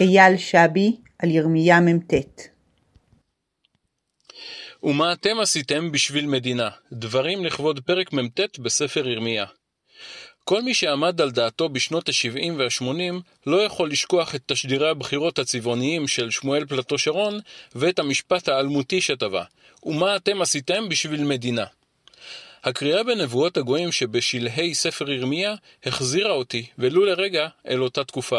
אייל שבי על ירמיה מ"ט. ומה אתם עשיתם בשביל מדינה? דברים לכבוד פרק מ"ט בספר ירמיה. כל מי שעמד על דעתו בשנות ה-70 וה-80 לא יכול לשכוח את תשדירי הבחירות הצבעוניים של שמואל פלטו שרון ואת המשפט האלמותי שטבע. ומה אתם עשיתם בשביל מדינה? הקריאה בנבואות הגויים שבשלהי ספר ירמיה החזירה אותי ולו לרגע אל אותה תקופה.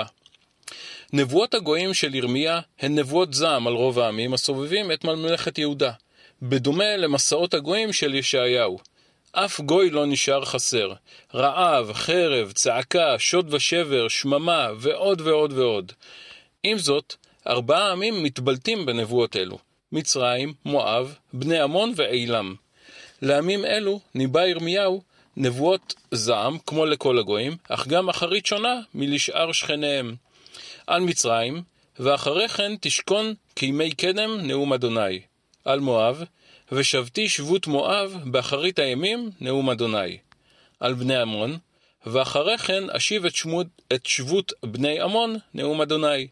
נבואות הגויים של ירמיה הן נבואות זעם על רוב העמים הסובבים את ממלכת יהודה, בדומה למסעות הגויים של ישעיהו. אף גוי לא נשאר חסר, רעב, חרב, צעקה, שוד ושבר, שממה ועוד ועוד ועוד. עם זאת, 4 עמים מתבלטים בנבואות אלו, מצרים, מואב, בני עמון ואילם. לעמים אלו ניבא ירמיהו נבואות זעם כמו לכל הגויים, אך גם אחרית שונה מלשאר שכניהם. על מצרים, ואחרי כן תשכון כימי קדם נאום אדוני. על מואב, ושבתי שבות מואב באחרית הימים נאום אדוני. על בני עמון, ואחרי כן אשיב את שבות בני עמון נאום אדוני.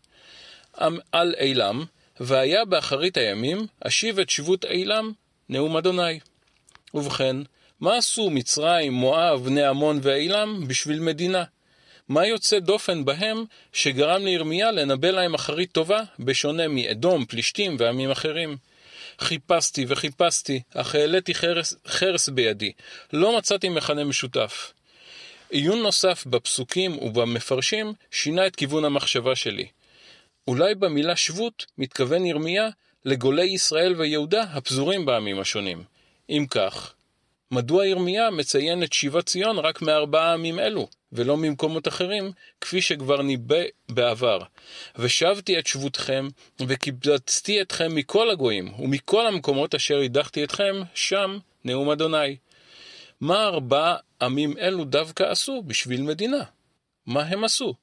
על אילם, והיה באחרית הימים אשיב את שבות אילם נאום אדוני. ובכן, מה עשו מצרים, מואב, בני עמון ואילם בשביל מדינה? מה יוצא דופן בהם שגרם לירמיה לנבא להם אחרית טובה בשונה מאדום, פלישתים ועמים אחרים? חיפשתי וחיפשתי, אך העליתי חרס בידי. לא מצאתי מכנה משותף. עיון נוסף בפסוקים ובמפרשים שינה את כיוון המחשבה שלי. אולי במילה שבות מתכוון ירמיה לגולי ישראל ויהודה הפזורים בעמים השונים. אם כך, מדוע ירמיה מציין את שיבת ציון רק מ4 עמים אלו, ולא ממקומות אחרים, כפי שכבר ניבא בעבר? ושבתי את שבותכם, וקיבצתי אתכם מכל הגויים, ומכל המקומות אשר הדחתי אתכם, שם נאום אדוני. מה 4 עמים אלו דווקא עשו בשביל מדינה? מה הם עשו?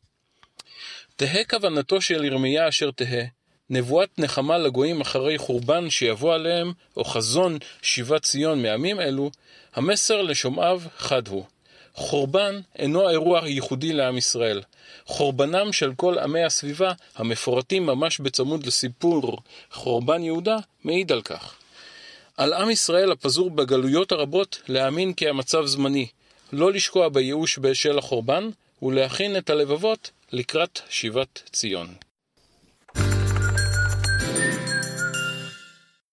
תהה כוונתו של ירמיה אשר תהה, נבואת נחמה לגויים אחרי חורבן שיבוא עליהם, או חזון שיבת ציון מעמים אלו, המסר לשומעיו חד הוא. חורבן אינו אירוע ייחודי לעם ישראל. חורבנם של כל עמי הסביבה, המפורטים ממש בצמוד לסיפור חורבן יהודה, מעיד על כך. על עם ישראל הפזור בגלויות הרבות להאמין כי המצב זמני, לא לשקוע בייאוש בשל החורבן, ולהכין את הלבבות לקראת שיבת ציון.